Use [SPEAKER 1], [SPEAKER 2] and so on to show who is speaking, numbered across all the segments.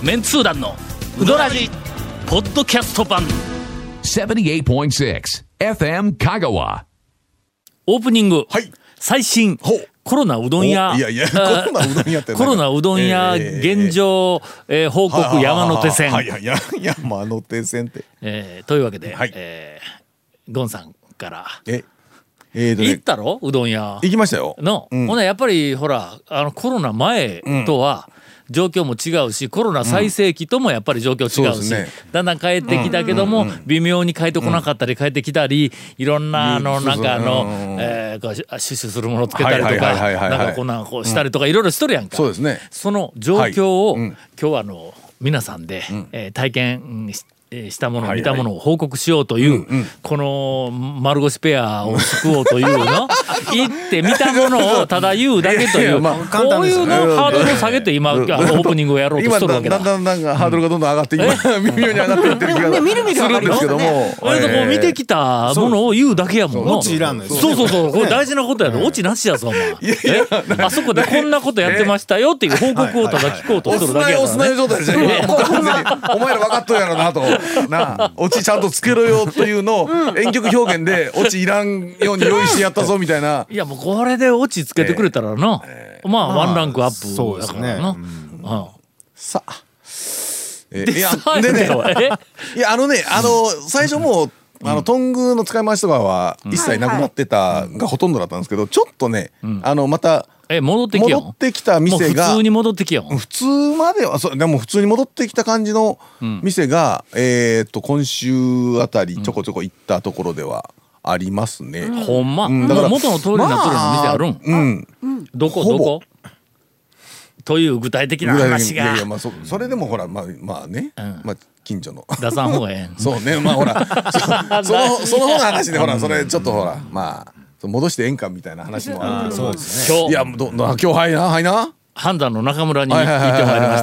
[SPEAKER 1] メンツー団のウドラジポッドキャスト版
[SPEAKER 2] 78.6 FM 香川。
[SPEAKER 1] オープニング、
[SPEAKER 3] はい、
[SPEAKER 1] 最新
[SPEAKER 3] ほう
[SPEAKER 1] コロナうどん屋、
[SPEAKER 3] いやいやコロナうどん屋って
[SPEAKER 1] コロナうどん屋現状、報告山手線、
[SPEAKER 3] はいはいはい、山手線って、
[SPEAKER 1] というわけで、
[SPEAKER 3] はい、
[SPEAKER 1] ゴンさんから
[SPEAKER 3] 行
[SPEAKER 1] 行ったろうどん屋
[SPEAKER 3] 行きましたよ
[SPEAKER 1] の、ほなやっぱりほらコロナ前とは、状況も違うしコロナ最盛期ともやっぱり状況違うし、だんだん帰ってきたけども、微妙に帰ってこなかったり帰ってきたり、いろんななんかこうシュッシュするものつけたりとかなんかこんなこうしたりとかいろいろしとるやんか。
[SPEAKER 3] そうですね。
[SPEAKER 1] その状況を、今日は皆さんで、体験したもの見たものを報告しようという、この丸腰ペアを救おうというの言って見たものをただ言うだけという、こういうのハードルを下げて今オープニングをやろうとしとるわけだ。
[SPEAKER 3] 今だんだんハードルがどんどん上がって微妙に上がっていってる気がするんですけども、
[SPEAKER 1] 割とこう見てきたものを言うだけやもんの。
[SPEAKER 4] オチいらんのよ。
[SPEAKER 1] そうこれ大事なことやろ。オチなしやぞお前。あそこでこんなことやってましたよっていう報告をただ聞こうとしとるだけやからね。
[SPEAKER 3] おすなよ状態じゃん。もう完全にお前ら分かっとるやろなとな。オチちゃんとつけろよというのを遠曲表現でオチいらんように用意してやったぞみたいな。
[SPEAKER 1] いやもうこれでオチつけてくれたらな、まあワンランクアップだからな。
[SPEAKER 3] さあいやでね、いや最初もうトングの使い回しとかは一切なくなってたがほとんどだったんですけど、ちょっとねまた
[SPEAKER 1] 戻ってきた
[SPEAKER 3] 店が
[SPEAKER 1] 普通に戻ってきやん。
[SPEAKER 3] 普通まではでも普通に戻ってきた感じの店が、今週あたりちょこちょこ行ったところではありますね。
[SPEAKER 1] ほんま、だから元の通りになっとるの店あるん、どこという具体的な話が。
[SPEAKER 3] いやまあそれでもほらまあね、まあ近所の
[SPEAKER 1] 出さん方がええん
[SPEAKER 3] そうね、まあほらその方の話でほらそれちょっとほらまあ戻してええんかみたいな話もあるけど、いや今日はいな
[SPEAKER 1] 判断の中村に行ってまいりました。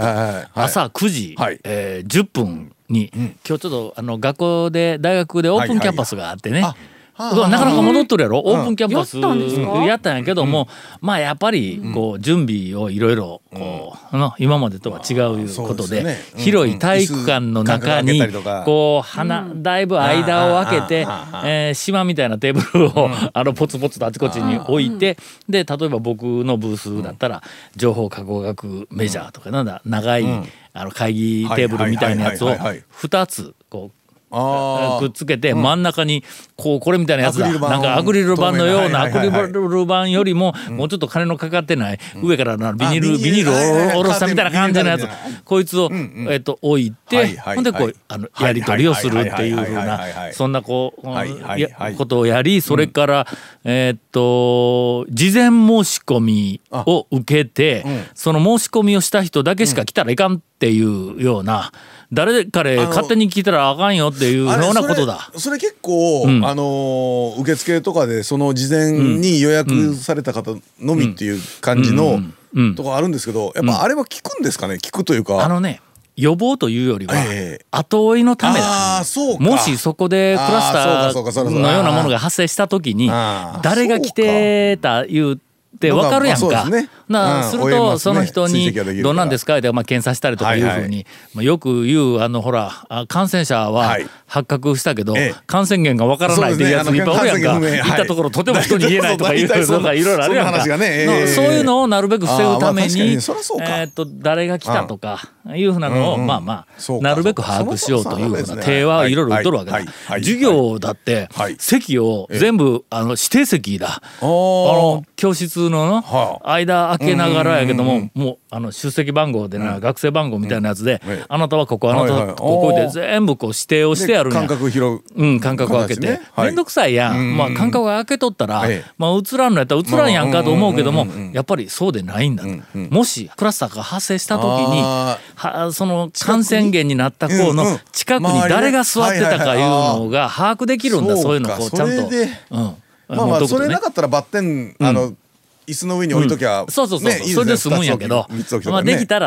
[SPEAKER 1] 朝9時、10分に、今日ちょっと学校で大学でオープンキャンパスがあってね、なかなか戻っとるやろ、オープンキャンパスやったんやけども、まあやっぱりこう準備をいろいろこう今までとは違ういうことで、広い体育館の中にこうだいぶ間を空けて島みたいなテーブルをポツポツとあちこちに置いて、で例えば僕のブースだったら情報加工学メジャーとかなんだ長い会議テーブルみたいなやつを2つこうくっつけて真ん中にこれみたいなやつだ、なんかアクリル板のようなアクリル板よりももうちょっと金のかかってない上からビニールを下ろしたみたいな感じのやつ、こいつを置いて、ほんでこうやり取りをするっていうふうなそんなことをやり、それから事前申し込みを受けて、その申し込みをした人だけしか来たらいかんっていうような、誰かで勝手に聞いたらあかんよっていうようなことだ。
[SPEAKER 3] それ結構、受付とかでその事前に予約された方のみっていう感じのとこあるんですけど、やっぱあれは効くんですかね。効くというか
[SPEAKER 1] 予防というよりは後追いのためだ。もしそこでクラスターのようなものが発生した時に誰が来てたいうって分かるやんか。するとその人にどうなんですかって検査したりとかいうふうに、よく言うほら感染者は発覚したけど感染源が分からないっていうやついっぱいおるやんか。行ったところとても人に言えないとかいうのがいろいろあるやんか。そういうのをなるべく防ぐために誰が来たとかいうふうなのをまあなるべく把握しようというふうな手はいろいろ打っとるわけだ。授業だって席を全部指定席だ。教室の間開けながらやけども、もう出席番号で学生番号みたいなやつで、あなたはここあなたはここで全部こう指定をしてやるんや。間隔拾う間隔を空けてめんどくさいやん。間隔が空けとったら映らんのやったら映らんやんかと思うけども、やっぱりそうでないんだ。もしクラスターが発生した時にその感染源になった子の近くに誰が座ってたかいうのが把握できるんだ。そういうのをちゃんと。
[SPEAKER 3] まあそれなかったらバッテン椅子の上に置いときゃ、
[SPEAKER 1] そうそれで済むんやけど、できたらな、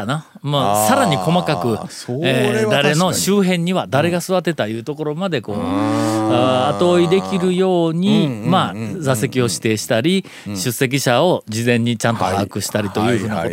[SPEAKER 1] まあ、さらに細かく、誰の周辺には誰が座ってたいうところまでこう、後追いできるように、まあ、座席を指定したり、出席者を事前にちゃんと把握したりというふうなこと、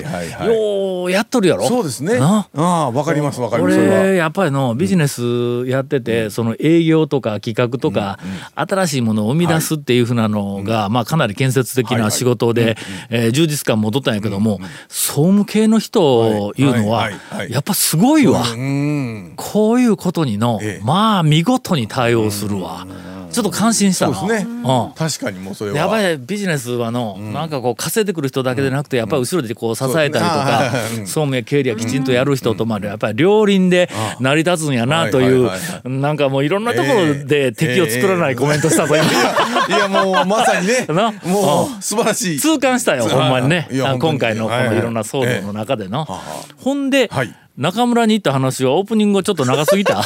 [SPEAKER 1] ようやっとるやろ。
[SPEAKER 3] そうですね。わかりますわかります。
[SPEAKER 1] 俺やっぱりのビジネスやってて、その営業とか企画とか、新しいものを生み出すっていうふうなのが、まあ、かなり建設的な仕事で、充実感戻ったんやけども、総務系の人いうのはやっぱすごいわ。こういうことにの、まあ見事に対応するわ。ちょっと感心したな。
[SPEAKER 3] そうですね。確かにもうそれは。
[SPEAKER 1] やっぱりビジネスはの、なんかこう稼いでくる人だけでなくて、やっぱり後ろでこう支えたりとか、総務や経理やきちんとやる人とまでやっぱり両輪で成り立つんやなという、なんかもういろんなところで敵を作らないコメントしたという。
[SPEAKER 3] いやもうまさにね、もう素晴らしい。
[SPEAKER 1] 痛感したよほんまにね。今回のこのいろんな騒動の中での。ほんで中村に行った話はオープニングちょっと長すぎた。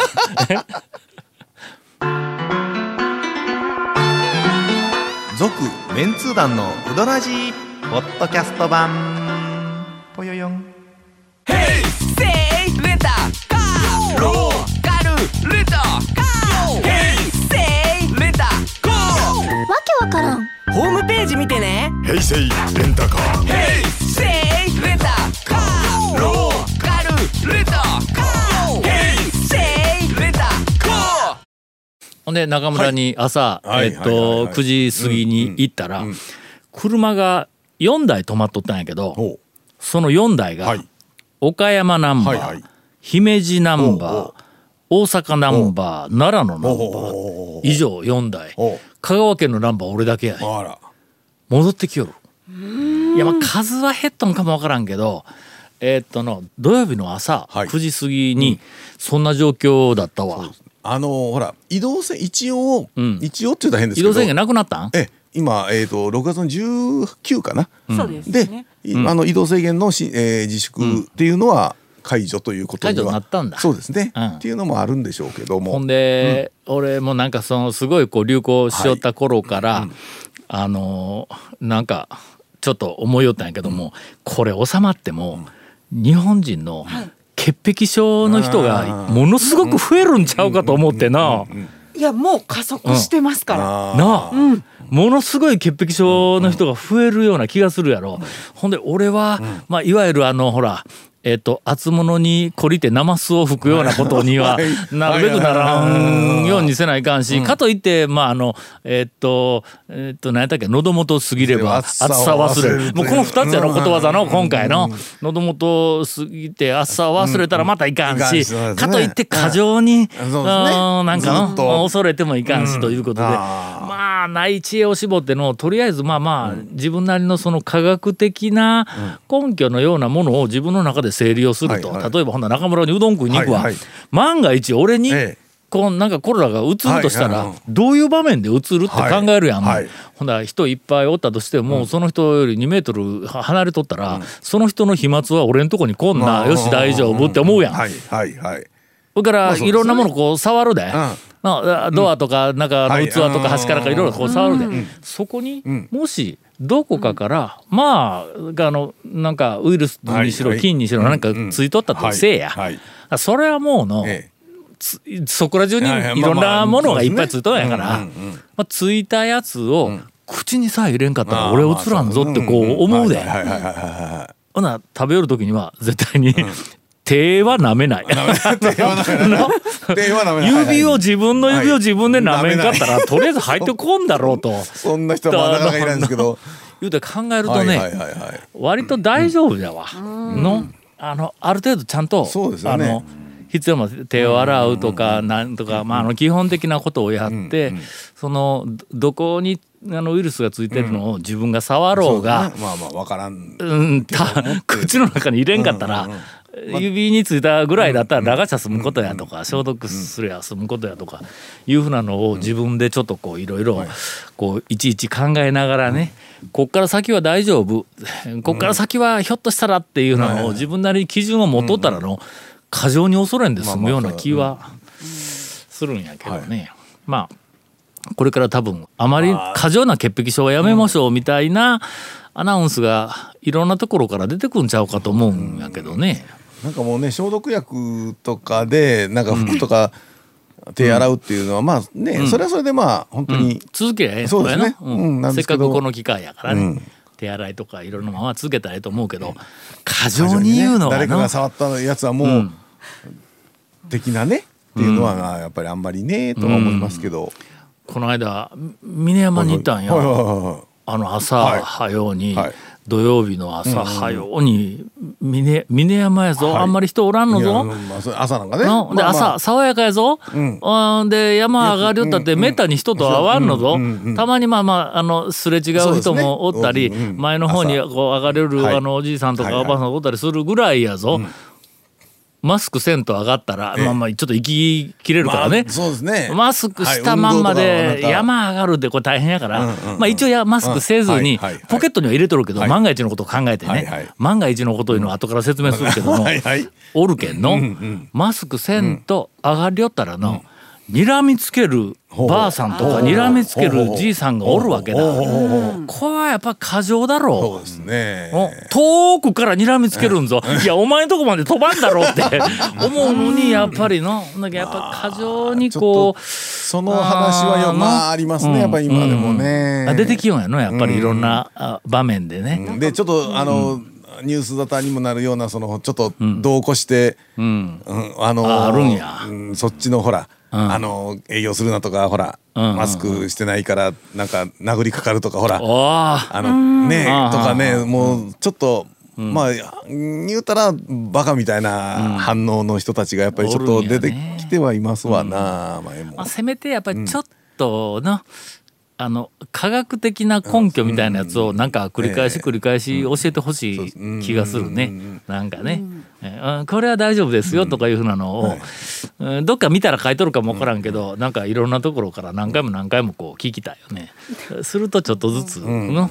[SPEAKER 4] 続メンツー団のウドラジーポッドキャスト版ぽよよん。
[SPEAKER 5] ヘイセイレンタカーローカルレンタカーヘイセイレンタカー
[SPEAKER 6] わけわからん。
[SPEAKER 5] ホームページ見てね。
[SPEAKER 7] ヘイセイレンタカー
[SPEAKER 5] ヘイセイレンタカーローカルレンタカーヘイセイレンタカー。
[SPEAKER 1] ほんで中村に朝、9時過ぎに行ったら、車が4台止まっとったんやけど、その4台が岡山ナンバー、姫路ナンバー、大阪ナンバー、奈良のナンバー以上4台、香川県のナンバー俺だけやね。戻ってきよる。いやまあ数は減っとんかもわからんけど、土曜日の朝9時過ぎにそんな状況だったわ。
[SPEAKER 3] ほら移動制一応って言ったら変ですけど、
[SPEAKER 1] 移動制限なくなったん？
[SPEAKER 3] 今6月の19かな。
[SPEAKER 6] そうですね。
[SPEAKER 3] で、移動制限の自粛っていうのは解除ということでは、
[SPEAKER 1] 解除になったんだ。
[SPEAKER 3] そうですね、っていうのもあるんでしょうけども。
[SPEAKER 1] ほんで、俺もなんかそのすごいこう流行しよった頃から、なんかちょっと思いよったんやけども、これ収まっても日本人の潔癖症の人がものすごく増えるんちゃうかと思ってな。
[SPEAKER 6] いやもう加速してますから。
[SPEAKER 1] なあ、ものすごい潔癖症の人が増えるような気がするやろ。ほんで俺は、まあいわゆるほら厚物に懲りてナマスを吹くようなことにはなるべくならんようにせないかんし、かといってまあ何やったっけ、喉元過ぎれば暑さ忘れる、もうこの2つやろことわざの今回の喉元過ぎて暑さを忘れたらまたいかんし、かといって過剰になんかの恐れてもいかんしということで、まあない知恵を絞ってのとりあえずまあ自分なりのその科学的な根拠のようなものを自分の中で整理をすると、例えばほんな中村にうどん食いに行くわ、万が一俺にこうなんかコロナがうつるとしたらどういう場面でうつるって考えるやん。ほんなら人いっぱいおったとしても、その人より2メートル離れとったら、その人の飛沫は俺んとこに来んな、よし大丈夫って思うやん。それからいろんなものこう触るで、ドアとか中の器とか端からかいろいろこう触るで、そこにもしどこかからまあなんかウイルスにしろ菌にしろなんかついとったとせいや、それはもうのそこら中にいろんなものがいっぱいついとんやから、ついたやつを口にさえ入れんかったら俺うつらんぞってこう思うで。ほな食べよる時には絶対に手は舐めない。指を自分の指を自分で舐めんかったらとりあえず入ってこんだろうと。
[SPEAKER 3] そんな人はなかなかいないんですけど、
[SPEAKER 1] 言うて考えるとね、割と大丈夫じゃわの。ある程度ちゃんと必要な手を洗うとかなんとか、基本的なことをやって、そのどこにウイルスがついてるのを自分が触ろうが、
[SPEAKER 3] 分からん、
[SPEAKER 1] 口の中に入れんかったら、指についたぐらいだったら長さ済むことやとか、消毒すれば済むことやとかいうふうなのを自分でちょっとこういろいろこういちいち考えながらね、こっから先は大丈夫、こっから先はひょっとしたらっていうのを自分なりに基準を持っとったらの過剰に恐れんで済むような気はするんやけどね。まあこれから多分あまり過剰な潔癖症はやめましょうみたいなアナウンスがいろんなところから出てくんちゃうかと思うんやけどね。
[SPEAKER 3] なんかもうね消毒薬とかでなんか服とか手洗うっていうのはまあね、それはそれでまあ本当に
[SPEAKER 1] 続けりゃええ
[SPEAKER 3] そうですね、
[SPEAKER 1] せっかくこの機会やからね、手洗いとかいろんなまま続けたらいいと思うけど、過剰に言うのは
[SPEAKER 3] 誰かが触ったやつはもう的なねっていうのはやっぱりあんまりねとは思いますけど、
[SPEAKER 1] この間峰山に行ったんや、朝早うに、土曜日の朝早うに峰山やぞ、あんまり人おらんのぞ、
[SPEAKER 3] 朝なんかね、
[SPEAKER 1] で朝爽やかやぞ、で山上がりよったってめったに人と会わんのぞ、たまにすれ違う人もおったり、前の方にこう上がれるおじいさんとかおばあさんがおったりするぐらいやぞ。マスクせんと上がったらちょっと息切れるからね、
[SPEAKER 3] そうですね、
[SPEAKER 1] マスクしたまんまで山上がるってこれ大変やから、一応マスクせずにポケットには入れとるけど、万が一のことを考えてね、万が一のこというのは後から説明するけどもおるけんの、マスクせんと上がりよったらの睨みつけるばあさんとか睨みつけるじいさんがおるわけだ。これはやっぱ過剰だろう。
[SPEAKER 3] そうですね、
[SPEAKER 1] 遠くから睨みつけるんぞ、いやお前んとこまで飛ばんだろうって思うのに、やっぱりのなんかやっぱ過剰にこう
[SPEAKER 3] その話はありますね、やっぱり今でもね、
[SPEAKER 1] 出てきようやのやっぱりいろんな場面でね。
[SPEAKER 3] でちょっとニュース沙汰にもなるようなそのちょっと度を越して
[SPEAKER 1] あるんや、
[SPEAKER 3] そっちのほら営業するなとかほらマスクしてないからなんか殴りかかるとかほらねとかね、もうちょっとまあ言うたらバカみたいな反応の人たちがやっぱりちょっと出てきてはいますわな。
[SPEAKER 1] せめてやっぱりちょっとの科学的な根拠みたいなやつをなんか繰り返し教えてほしい気がするね。なんかね、これは大丈夫ですよとかいうふうなのをどっか見たら書いとるかもわからんけど、なんかいろんなところから何回もこう聞きたいよね。するとちょっとずつの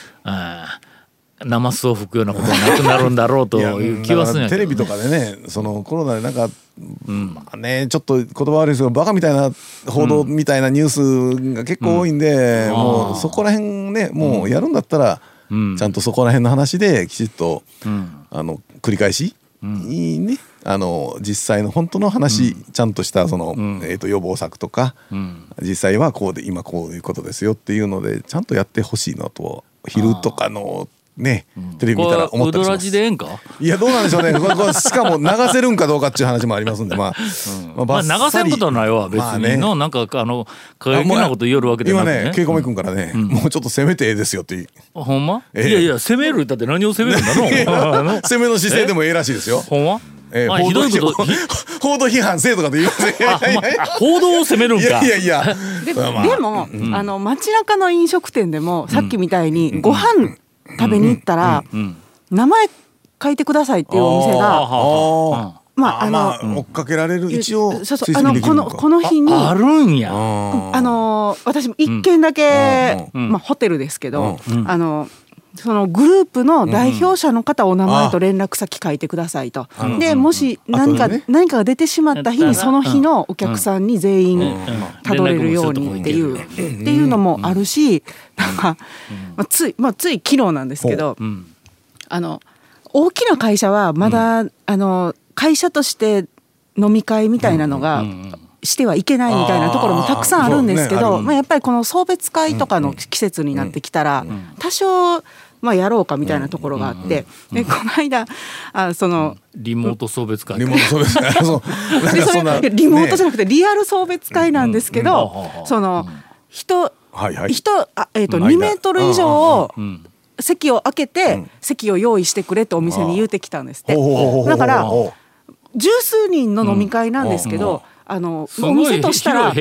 [SPEAKER 1] ナマスを吹くようなことはなくなるんだろうという気はするんやけど、
[SPEAKER 3] テレビとかでね、そのコロナでなんかちょっと言葉悪いですけどバカみたいな報道みたいなニュースが結構多いんで、もうそこら辺ねもうやるんだったらちゃんとそこら辺の話できちっと繰り返しいいね、実際の本当の話、ちゃんとしたその予防策とか実際はこうで今こういうことですよっていうのでちゃんとやってほしいなと昼とかのね、テレビ見たら思ったりします。ウドラジでええんか？いやどうなんでしょうね。これしかも流せるんかどうかっていう話もありますんで、まあ
[SPEAKER 1] 流せることはないわ別にの、なんか過激なこと言えるわけでなくね。
[SPEAKER 3] 今ねケイコメ君からね、もうちょっと攻めてええですよって
[SPEAKER 1] ほんま？いや攻めるだって何を攻めるんだの？
[SPEAKER 3] 攻めの姿勢でもええらしいですよ。
[SPEAKER 1] ほんま？
[SPEAKER 3] ひどいこと報道批判せえとかって言いません。
[SPEAKER 1] 報道を責めるんか。
[SPEAKER 3] いや
[SPEAKER 6] でも街中の飲食店でもさっきみたいにご飯食べに行ったら名前書いてくださいっていうお店が
[SPEAKER 3] 追っかけられる一応
[SPEAKER 6] この日に
[SPEAKER 1] あるんや。
[SPEAKER 6] 私も一軒だけホテルですけどそのグループの代表者の方お名前と連絡先書いてくださいと。でもし何かが出てしまった日にその日のお客さんに全員たどれるようにっていうのもあるし、なんかつい昨日なんですけど、大きな会社はまだ会社として飲み会みたいなのがしてはいけないみたいなところもたくさんあるんですけど、やっぱりこの送別会とかの季節になってきたら多少やろうかみたいなところがあって、でこの間
[SPEAKER 1] リモート送別会
[SPEAKER 3] リモート送別会
[SPEAKER 6] リモートじゃなくてリアル送別会なんですけど、その2メートル以上を席を空けて席を用意してくれってお店に言うてきたんですって。だから十数人の飲み会なんですけど、お店としたらもう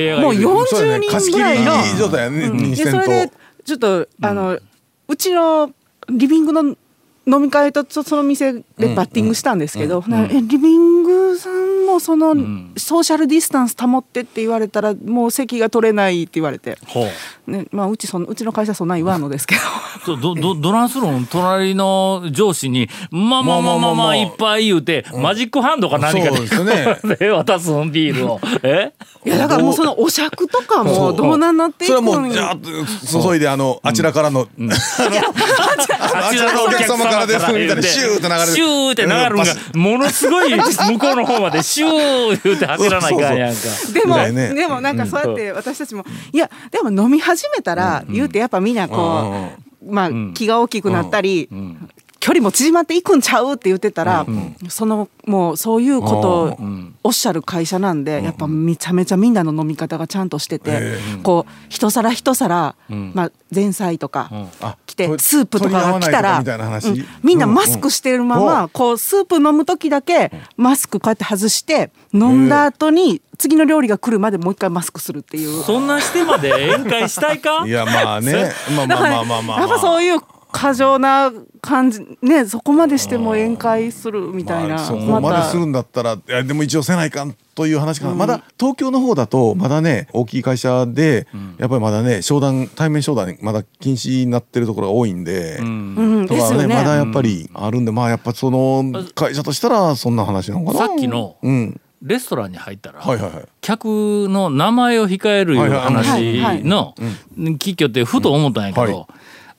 [SPEAKER 6] 40人ぐらいの、それでちょっとうちのリビングの飲み会とその店でバッティングしたんですけど、リビングさんもそのソーシャルディスタンス保ってって言われたらもう席が取れないって言われて、うちの会社そんな言わんのですけど
[SPEAKER 1] どないするん？隣の上司にまあいっぱい言うてマジックハンドか何かで渡すんビールを
[SPEAKER 6] いやだからもうそのお酌とかもどうなんなっていくのに、
[SPEAKER 3] それはもうジャーッと注いであちらからのあちらのお客様かから出るみたいなシューって流れる
[SPEAKER 1] シューって流れるのがものすごい向こうの方までシュー言うて走らないかんやんか。
[SPEAKER 6] でもなんかそうやって私たちもいやでも飲み始めたら言うてやっぱみんなこうまあ気が大きくなったり距離も縮まっていくんちゃうって言ってたら、もうそういうことをおっしゃる会社なんで、やっぱめちゃめちゃみんなの飲み方がちゃんとしてて、こう一皿一皿、まあ前菜とか来てスープとかが来たら、みんなマスクしてるままこうスープ飲む時だけマスクこうやって外して飲んだ後に次の料理が来るまでもう一回マスクするっていう。
[SPEAKER 1] そんなしてまで宴会したいか？
[SPEAKER 3] いやまあね、まあ
[SPEAKER 6] やっぱそういう過剰な感じね、そこまでしても宴会するみたいな、
[SPEAKER 3] そこまでするんだったら、いやでも一応せないかんという話かな、まだ東京の方だとまだね大きい会社で、やっぱりまだね対面商談まだ禁止になってるところが多いんで、とかねまだやっぱりあるんで、まあやっぱその会社としたらそんな話なのかな。
[SPEAKER 1] さっきのレストランに入ったら、客の名前を控えるいう話の聞きよってふと思ったんやけど、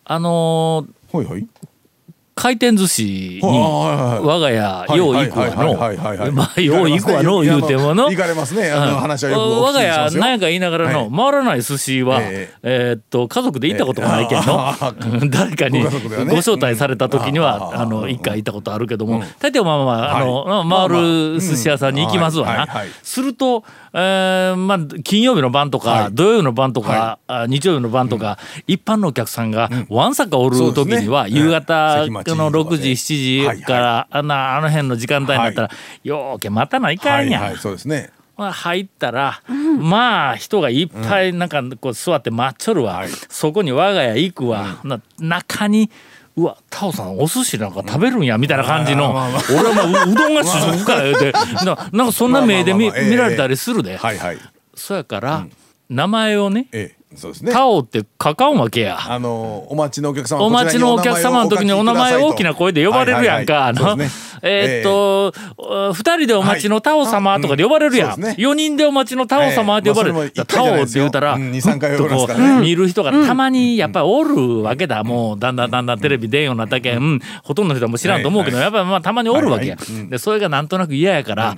[SPEAKER 1] 回転寿司に我が家よう行くわの、まあよう行くわの言うてもの、
[SPEAKER 3] 行かれますね、話はよくお聞きしますよ。
[SPEAKER 1] 我が家何やか言いながらの回らない寿司は家族で行ったことがないけど、誰かにご招待された時には一回行ったことあるけども、大抵回る寿司屋さんに行きますわな。するとまあ金曜日の晩とか土曜日の晩とか日曜日の晩とか一般のお客さんがわんさかおる時には夕方の6時7時からあの辺の時間帯になったらようけ待たないかんやん。入ったらまあ人がいっぱいなんかこう座って待っちょるわ。そこに我が家行くわ。中にうわタオさんお寿司なんか食べるんやみたいな感じの、俺はもううどんが主食か言うてなんかそんな目で見られたりするで。そやから名前をねタオって書かんわけや。
[SPEAKER 3] お待ちのお客様
[SPEAKER 1] の時にお名前大きな声で呼ばれるやんか。2人でお待ちのタオ様とかで呼ばれるやん。4人でお待ちのタオ様って呼ばれる。タオって言うたら見る人がたまにやっぱりおるわけだ。もうだんだんテレビ出んようになったけん、ほとんどの人はもう知らんと思うけど、やっぱりまあたまにおるわけや。でそれがなんとなく嫌やから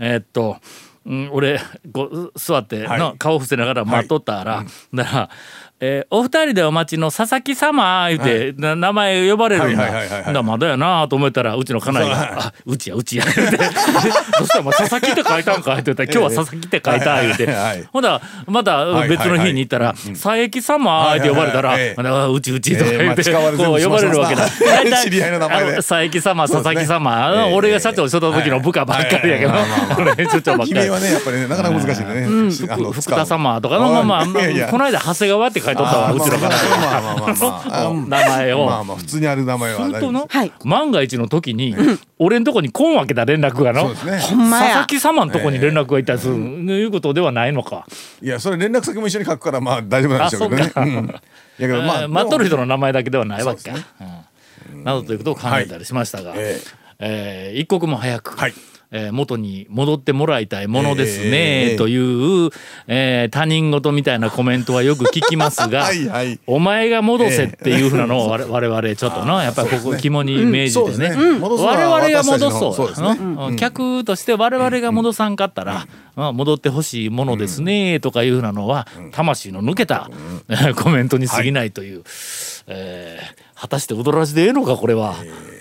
[SPEAKER 1] 俺座っての顔伏せながら待っとったら、だからお二人でお待ちの佐々木様言うて名前呼ばれるんだ。まだやなと思ったらうちの家内が「うちやうちや」言うてそしたら「佐々木って書いたんか」って言ったら「今日は佐々木って書いた」言うて、ほんだまた別の日に行ったら「佐伯様」って呼ばれたら「うちうち」とか言ってこう呼ばれるわけだ。大体佐伯様佐々木様俺が社長しとった時の部下ばっかりやけど、編集長ばっかり。
[SPEAKER 3] 君はねやっぱりなかなか難しいね。
[SPEAKER 1] 福田様とかのまあこの間長谷川って書いとったわ、うちの方名前を
[SPEAKER 3] 普通にある名前は
[SPEAKER 1] するとの万が一の時に俺んとこに来んわけだ連絡がの、佐々木様のとこに連絡がいったりするいうことではないのか。
[SPEAKER 3] いやそれ連絡先も一緒に書くからまあ大丈夫なんでしょうけどね。
[SPEAKER 1] 待っとる人の名前だけではないわけかなどということを考えたりしましたが、一刻も早く元に戻ってもらいたいものですねという他人事みたいなコメントはよく聞きますがお前が戻せっていうふうなのを我々ちょっとなやっぱりここ肝に銘じてね、我々が戻そう客として我々が戻さんかったら戻ってほしいものですねとかいうふうなのは魂の抜けたコメントに過ぎないという果たして踊らしでええのかこれは。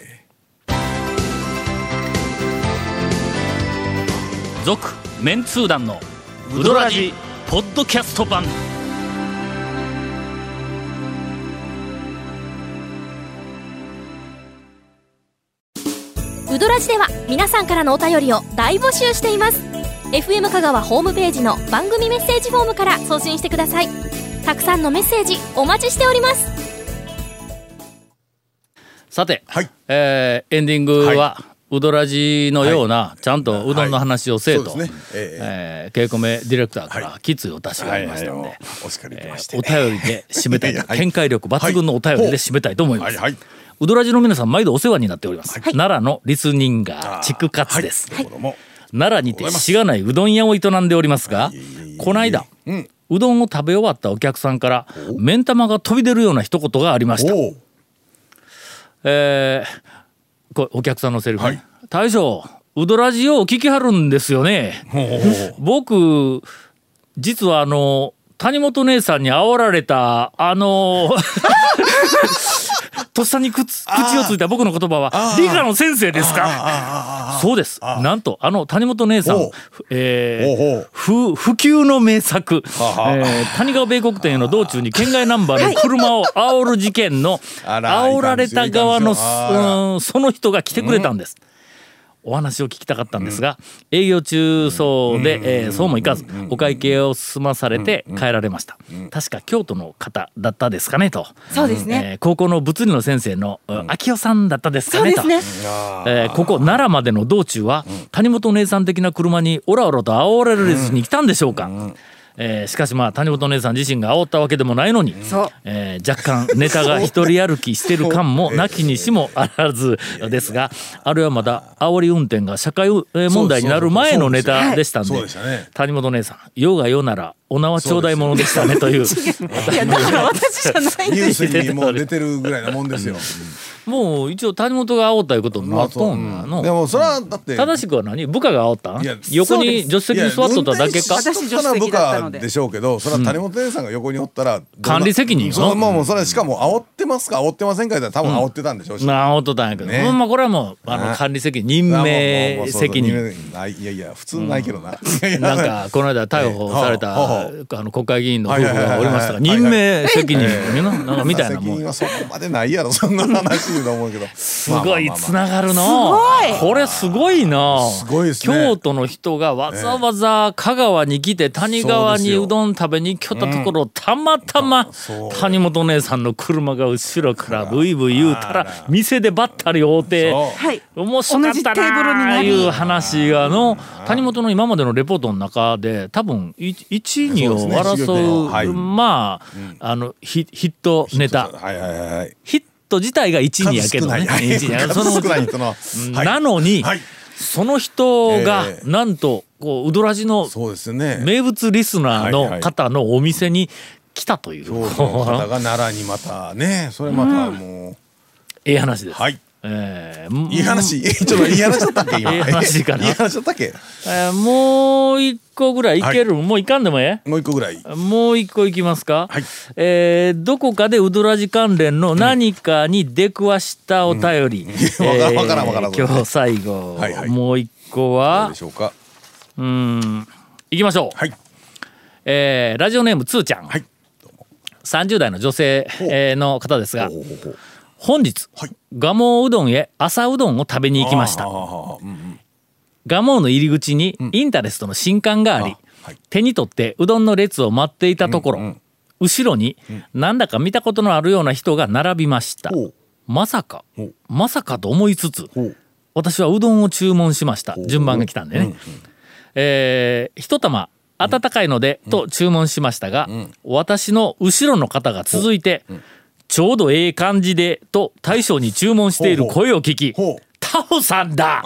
[SPEAKER 1] 続メンツー団のウドラジポッドキャスト版。
[SPEAKER 8] ウドラジでは皆さんからのお便りを大募集しています。 FM 香川ホームページの番組メッセージフォームから送信してください。たくさんのメッセージお待ちしております。
[SPEAKER 1] さて、エンディングは、うどらじのようなちゃんとうどんの話をせえとケイコメディレクターから決意を出しがありましたので、お便りで締めたいと、見解力抜群のお便りで締めたいと思います。うどらじの皆さん毎度お世話になっております、奈良のリスニンガー竹勝です、奈良にてしがないうどん屋を営んでおりますが、この間うどんを食べ終わったお客さんから目ん玉が飛び出るような一言がありました。 これお客さんのセリフね、大将ウドラジオを聞きはるんですよね。僕実は谷本姉さんに煽られたとっさに口をついた僕の言葉は理科の先生ですか。そうです。なんと谷本姉さん、不朽の名作、谷川米国店への道中に県外ナンバーの車を煽る事件の煽られた側のその人が来てくれたんです。お話を聞きたかったんですが、営業中そうで、そうもいかずお会計を済まされて帰られました。確か京都の方だったですかねと。
[SPEAKER 6] そうですね、
[SPEAKER 1] 高校の物理の先生の秋代さんだったですかねと。ここ奈良までの道中は谷本姉さん的な車にオラオラと煽られずに来たんでしょうか。しかし谷本姉さん自身が煽ったわけでもないのに、若干ネタが一人歩きしてる感もなきにしもあらずですが、あれはまだ煽り運転が社会問題になる前のネタでしたんで、谷本姉さん世が世ならお縄頂戴ものでしたねという。
[SPEAKER 6] いやだから私じゃないん
[SPEAKER 3] ニュー
[SPEAKER 6] です
[SPEAKER 3] スにもう出てるぐらいなもんですよ。
[SPEAKER 1] もう一応谷本が煽ったいうことになっとんの。
[SPEAKER 3] でもそれはだって
[SPEAKER 1] 正しくは何、部下が煽ったん？横に助手席に座っとっただけか。
[SPEAKER 6] 私助手席だったので
[SPEAKER 3] でしょうけど、それは谷本姉さんが横におったら
[SPEAKER 1] 管理責任
[SPEAKER 3] よ。もうそれはしかも煽ってますか煽ってませんか言ったら多分煽ってたんでしょうし。
[SPEAKER 1] 煽っとったんやけど、まあこれはもう管理責任、任命責任。
[SPEAKER 3] いやいや普通ないけどな。
[SPEAKER 1] なんかこの間逮捕された国会議員の夫婦がおりましたが、任命責任なんかみたいなもん。
[SPEAKER 3] 責任はそこまでないやろそんな話だ思うけど。
[SPEAKER 1] すごいつながるの。これすごいな。
[SPEAKER 3] すごいですね。
[SPEAKER 1] 京都の人がわざわざ香川に来て谷川にうどん食べに来たところ、たまたま谷本姉さんの車が後ろからブイブイ言うたら店でばったり会うて面白かったないう話が谷本の今までのレポートの中で多分1、2を争うまあヒットネタ。ヒット自体が1、2やけどね。なのにその人がなんとうどらじの名物リスナーの方のお店に来たという。
[SPEAKER 3] 方が奈良にまたね、それまたもう
[SPEAKER 1] ええ話です。
[SPEAKER 3] いい話、ちょっといい話だったっけ今。
[SPEAKER 1] いい話かな。
[SPEAKER 3] いい話だったっけ。
[SPEAKER 1] もう一個ぐらいいける。もういかんでもええ。
[SPEAKER 3] もう一個ぐらい。
[SPEAKER 1] もう一個いきますか。どこかでうどらじ関連の何かに出くわしたお便り。
[SPEAKER 3] わからん。
[SPEAKER 1] 今日最後もう一個は
[SPEAKER 3] どうでしょうか。
[SPEAKER 1] いきましょう。ラジオネームつーちゃん。30代の女性の方ですが。本日、蒲生うどんへ朝うどんを食べに行きました。蒲生の入り口にインタレストの新刊があり、手に取ってうどんの列を待っていたところ、後ろになんだか見たことのあるような人が並びました。まさかと思いつつ、私はうどんを注文しました。順番が来たんでね。一玉温かいのでと注文しましたが、私の後ろの方が続いて、ちょうどええ感じでと大将に注文している声を聞き、タオさんだ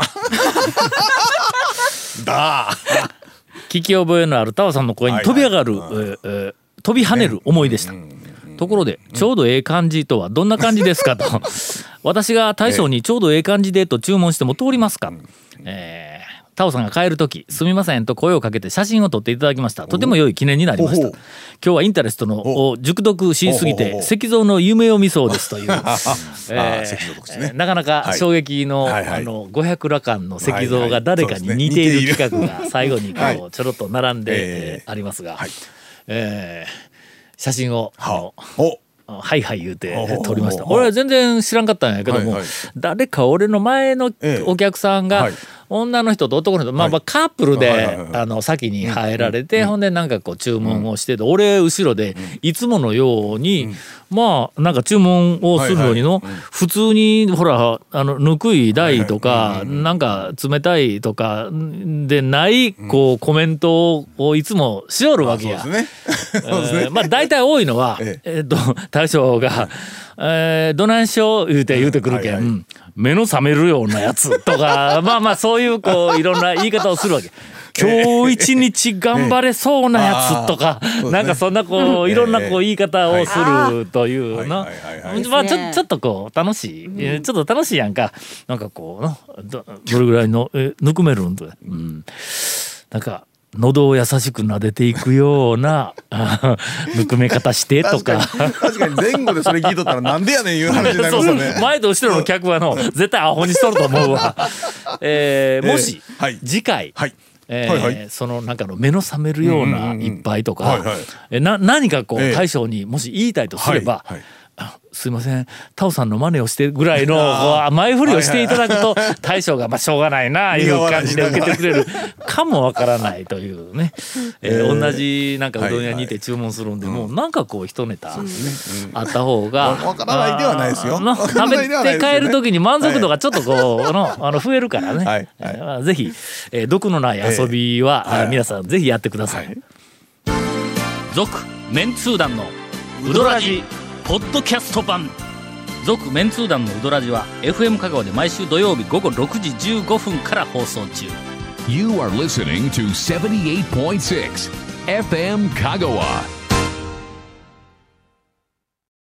[SPEAKER 1] 聞き覚えのあるタオさんの声に飛び上がる、飛び跳ねる思いでした。ところでちょうどええ感じとはどんな感じですかと私が大将にちょうどええ感じでと注文しても通りますか。タオさんが帰るときすみませんと声をかけて写真を撮っていただきました。とても良い記念になりました。今日はインタレストのを熟読しすぎて石像の夢を見そうですというなかなか衝撃の500羅漢の石像が誰かに似ている企画が最後にこうちょろっと並んでありますが、写真をはいはい言うて撮りました。俺は全然知らんかったんやけども、誰か俺の前のお客さんが女の人と男の人、まあカップルで先に入られて、ほんでなんかこう注文をしてて、俺後ろでいつものようにまあなんか注文をするのにの普通にほらぬくい台とかなんか冷たいとかでないこうコメントをいつもしおるわけや。まあ大体多いのは大将がどないしよう言うてくるけん、目の覚めるようなやつとかまあそういうこういろんな言い方をするわけ。 今日一日頑張れそうなやつとか、なんかそんなこういろんなこう言い方をするというの、まあちょっとこう楽しい、ちょっと楽しいやんか。なんかこうどれぐらいのぬくめるんと、なんか喉を優しく撫でていくようなぬくめ方してとか。
[SPEAKER 3] 確かに前後でそれ聞いとったらなんでやねんいう話になりますよね。
[SPEAKER 1] 前と後ろの客は絶対アホにしとると思うわ。もし次回、そのなんかの目の覚めるような一杯とか何かこう大将にもし言いたいとすれば、すいませんタオさんの真似をしてぐらいの前振りをしていただくと大将がまあしょうがないないう感じで受けてくれるかもわからないというね、同じなんかうどん屋にいて注文するんで、もうなんかこう一ネタあった方が
[SPEAKER 3] わからないではないですよ。
[SPEAKER 1] 食べて帰る時に満足度がちょっとこう増えるからね。ぜひ毒のない遊びは皆さんぜひやってください。続メンツー団のウドラジポッドキャスト版。続メンツー団のウドラジは FM 香川で毎週土曜日午後6時15分から放送中。
[SPEAKER 2] You are listening to 78.6 FM 香川。